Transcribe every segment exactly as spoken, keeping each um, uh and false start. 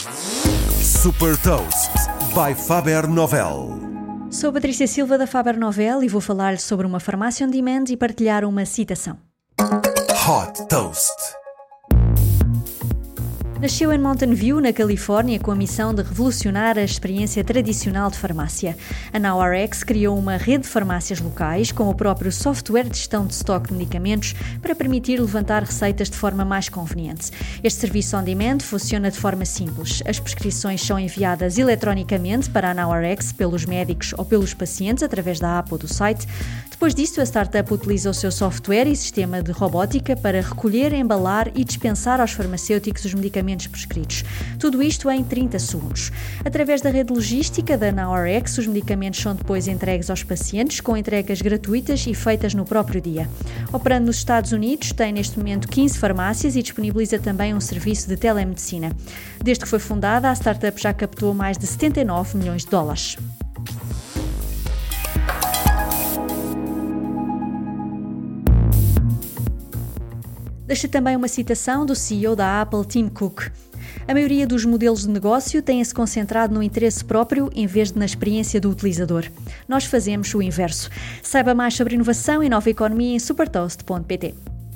Super Toast by Faber Novel. Sou Patrícia Silva da Faber Novel e vou falar-lhe sobre uma farmácia on demand e partilhar uma citação. Hot Toast. Nasceu em Mountain View, na Califórnia, com a missão de revolucionar a experiência tradicional de farmácia. A NowRx criou uma rede de farmácias locais com o próprio software de gestão de estoque de medicamentos para permitir levantar receitas de forma mais conveniente. Este serviço on demand funciona de forma simples. As prescrições são enviadas eletronicamente para a NowRx pelos médicos ou pelos pacientes através da app ou do site. Depois disso, a startup utiliza o seu software e sistema de robótica para recolher, embalar e dispensar aos farmacêuticos os medicamentos prescritos. Tudo isto em trinta segundos. Através da rede logística da NowRx, os medicamentos são depois entregues aos pacientes com entregas gratuitas e feitas no próprio dia. Operando nos Estados Unidos, tem neste momento quinze farmácias e disponibiliza também um serviço de telemedicina. Desde que foi fundada, a startup já captou mais de setenta e nove milhões de dólares. Deixa também uma citação do C E O da Apple, Tim Cook. A maioria dos modelos de negócio tem-se concentrado no interesse próprio em vez de na experiência do utilizador. Nós fazemos o inverso. Saiba mais sobre inovação e nova economia em supertoast ponto pt.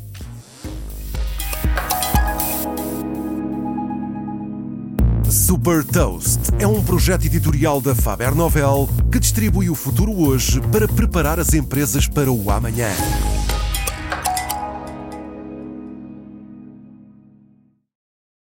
Super Toast é um projeto editorial da Faber Novel que distribui o futuro hoje para preparar as empresas para o amanhã.